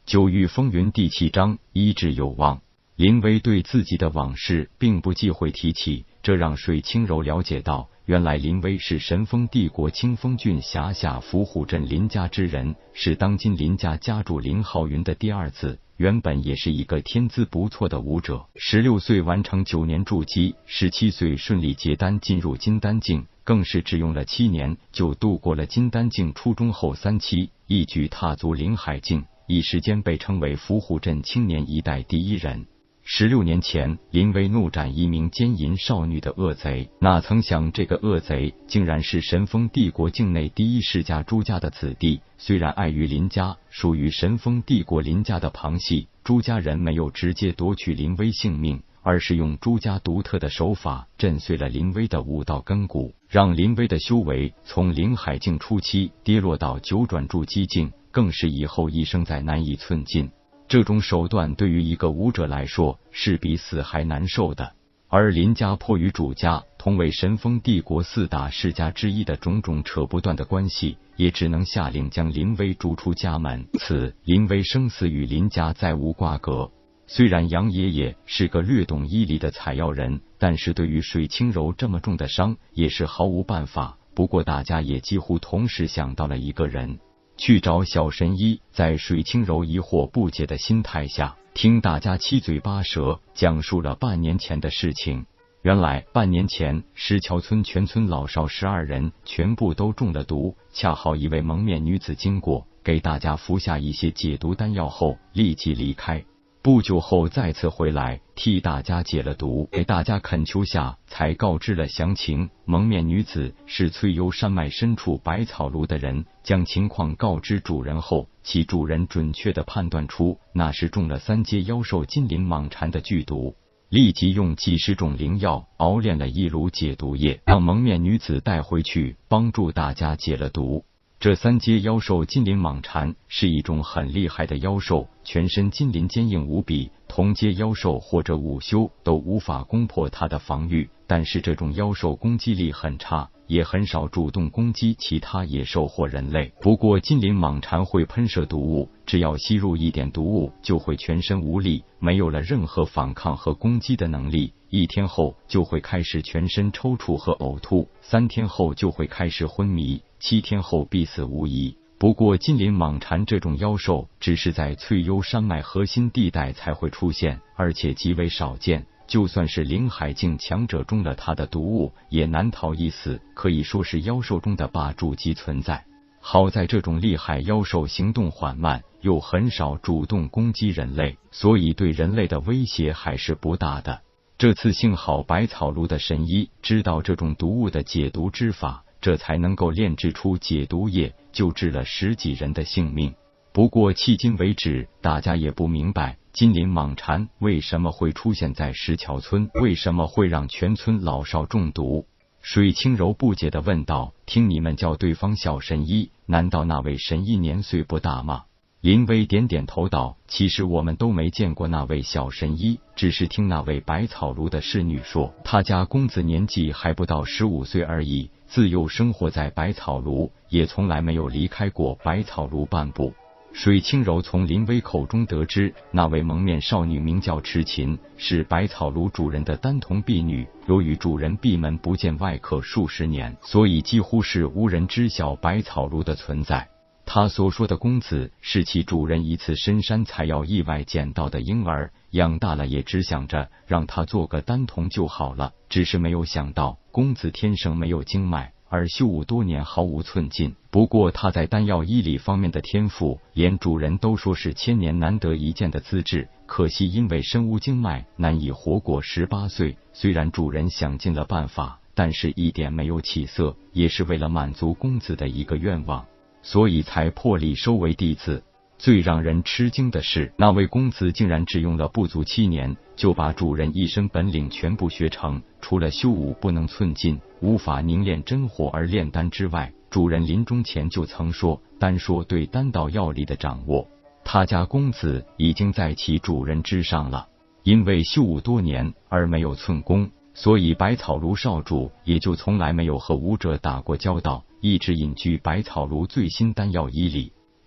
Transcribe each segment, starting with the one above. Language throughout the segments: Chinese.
九域风云第7章，医治有望。林威对自己的往事并不忌讳提起，这让水清柔了解到，原来林威是神风帝国清风郡辖下伏虎镇林家之人，是当今林家家主林浩云的第二子。原本也是一个天资不错的武者，16岁完成9年筑基，17岁顺利结丹进入金丹境，更是只用了7年就度过了金丹境初中后3期，一举踏足灵海境，一时间被称为伏虎镇青年一代第一人。16年前，林威怒斩一名奸淫少女的恶贼，哪曾想这个恶贼竟然是神风帝国境内第一世家朱家的子弟。虽然碍于林家属于神风帝国林家的旁系，朱家人没有直接夺取林威性命，而是用朱家独特的手法震碎了林威的武道根骨，让林威的修为从灵海境初期跌落到9转筑基境，更是以后一生再难以寸进。这种手段对于一个武者来说是比死还难受的，而林家迫于主家同为神风帝国4大世家之一的种种扯不断的关系，也只能下令将林威逐出家门。此林威生死与林家再无瓜葛。虽然杨爷爷是个略懂医理的采药人，但是对于水清柔这么重的伤也是毫无办法。不过大家也几乎同时想到了一个人，去找小神医。在水清柔疑惑不解的心态下，听大家七嘴八舌讲述了半年前的事情。原来半年前，石桥村全村老少12人全部都中了毒，恰好一位蒙面女子经过，给大家服下一些解毒丹药后立即离开。不久后再次回来，替大家解了毒，给大家恳求下才告知了详情。蒙面女子是翠幽山脉深处百草庐的人，将情况告知主人后，其主人准确地判断出那是中了3阶妖兽金鳞蟒蝉的剧毒，立即用几十种灵药熬炼了一炉解毒液，让蒙面女子带回去帮助大家解了毒。这3阶妖兽金鳞蟒蝉是一种很厉害的妖兽，全身金鳞坚硬无比，同阶妖兽或者午休都无法攻破它的防御。但是这种妖兽攻击力很差，也很少主动攻击其他野兽或人类。不过金鳞蟒蝉会喷射毒物，只要吸入一点毒物就会全身无力，没有了任何反抗和攻击的能力。1天后就会开始全身抽搐和呕吐，3天后就会开始昏迷，7天后必死无疑。不过金鳞蟒蝉这种妖兽只是在翠幽山脉核心地带才会出现，而且极为少见，就算是灵海境强者中了它的毒物也难逃一死，可以说是妖兽中的霸主级存在。好在这种厉害妖兽行动缓慢，又很少主动攻击人类，所以对人类的威胁还是不大的。这次幸好百草庐的神医知道这种毒物的解毒之法，这才能够炼制出解毒液，救治了10几人的性命。不过迄今为止，大家也不明白金鳞蟒蝉为什么会出现在石桥村，为什么会让全村老少中毒。水清柔不解地问道：听你们叫对方小神医，难道那位神医年岁不大吗？林威点点头道：其实我们都没见过那位小神医，只是听那位百草庐的侍女说，他家公子年纪还不到15岁而已，自幼生活在百草庐，也从来没有离开过百草庐半步。水清柔从林威口中得知，那位蒙面少女名叫池琴，是百草庐主人的单瞳婢女，由于主人闭门不见外客数十年，所以几乎是无人知晓百草庐的存在。他所说的公子是其主人一次深山采药意外捡到的婴儿，养大了也只想着让他做个单瞳就好了，只是没有想到公子天生没有经脉，而修武多年毫无寸进。不过他在丹药医理方面的天赋，连主人都说是1000年难得一见的资质，可惜因为身无经脉，难以活过18岁。虽然主人想尽了办法，但是一点没有起色，也是为了满足公子的一个愿望，所以才破例收为弟子。最让人吃惊的是，那位公子竟然只用了不足7年，就把主人一身本领全部学成，除了修武不能寸进，无法凝练真火而炼丹之外，主人临终前就曾说，单说对丹道药理的掌握，他家公子已经在其主人之上了。因为修武多年而没有寸功，所以百草庐少主也就从来没有和武者打过交道，一直隐居百草庐最新丹药医理。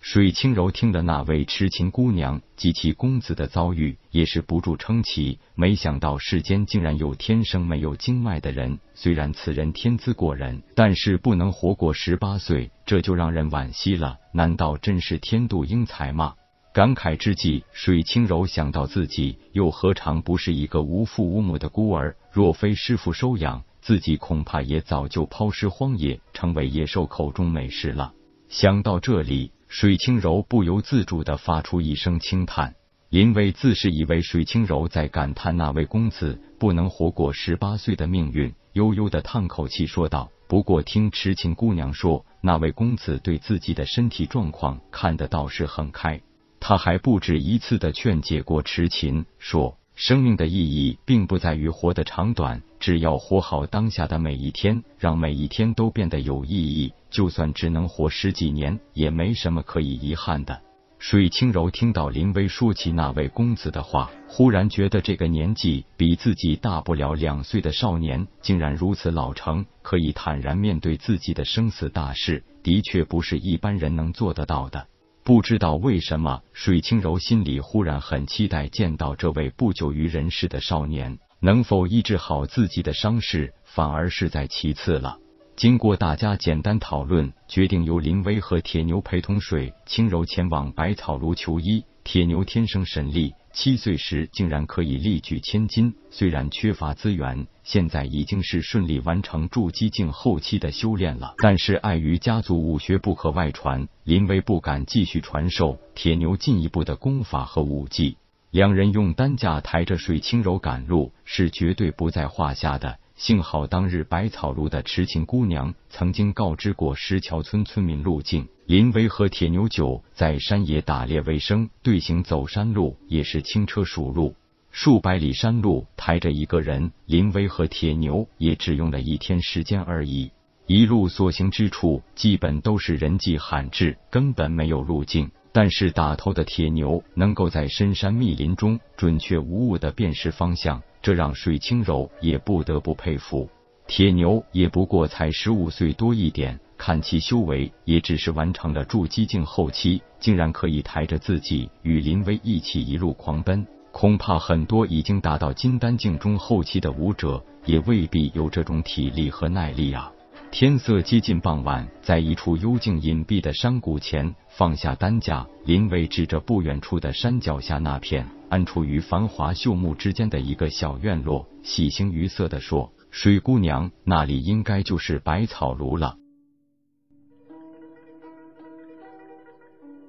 水清柔听了那位痴情姑娘及其公子的遭遇，也是不住称奇。没想到世间竟然有天生没有经脉的人，虽然此人天资过人，但是不能活过18岁，这就让人惋惜了。难道真是天妒英才吗？感慨之际，水清柔想到自己又何尝不是一个无父无母的孤儿，若非师父收养，自己恐怕也早就抛尸荒野，成为野兽口中美食了。想到这里，水清柔不由自主地发出一声轻叹。林薇自是以为水清柔在感叹那位公子不能活过18岁的命运，悠悠地叹口气说道：“不过听痴情姑娘说，那位公子对自己的身体状况看得倒是很开。他还不止一次地劝解过痴情，说生命的意义并不在于活得长短，只要活好当下的每一天，让每一天都变得有意义，就算只能活10几年，也没什么可以遗憾的。”水清柔听到林薇说起那位公子的话，忽然觉得这个年纪比自己大不了2岁的少年，竟然如此老成，可以坦然面对自己的生死大事，的确不是一般人能做得到的。不知道为什么，水清柔心里忽然很期待见到这位不久于人世的少年，能否医治好自己的伤势，反而是在其次了。经过大家简单讨论，决定由林薇和铁牛陪同水清柔前往百草庐求医。铁牛天生神力，7岁时竟然可以力举千斤，虽然缺乏资源，现在已经是顺利完成筑基境后期的修炼了。但是碍于家族武学不可外传，林薇不敢继续传授铁牛进一步的功法和武技。两人用担架抬着水清柔赶路，是绝对不在话下的。幸好当日百草庐的痴情姑娘曾经告知过石桥村村民路径，林薇和铁牛九在山野打猎为生，队形走山路也是轻车熟路。数百里山路抬着一个人，林薇和铁牛也只用了1天时间而已。一路所行之处基本都是人迹罕至，根本没有路径。但是打头的铁牛能够在深山密林中准确无误地辨识方向，这让水清柔也不得不佩服。铁牛也不过才15岁多一点，看其修为也只是完成了筑基境后期，竟然可以抬着自己与林薇一起一路狂奔，恐怕很多已经达到金丹境中后期的武者也未必有这种体力和耐力啊。天色接近傍晚，在一处幽静隐蔽的山谷前放下担架，林薇指着不远处的山脚下那片安处于繁华秀木之间的一个小院落，喜形于色地说：“水姑娘，那里应该就是百草庐了。”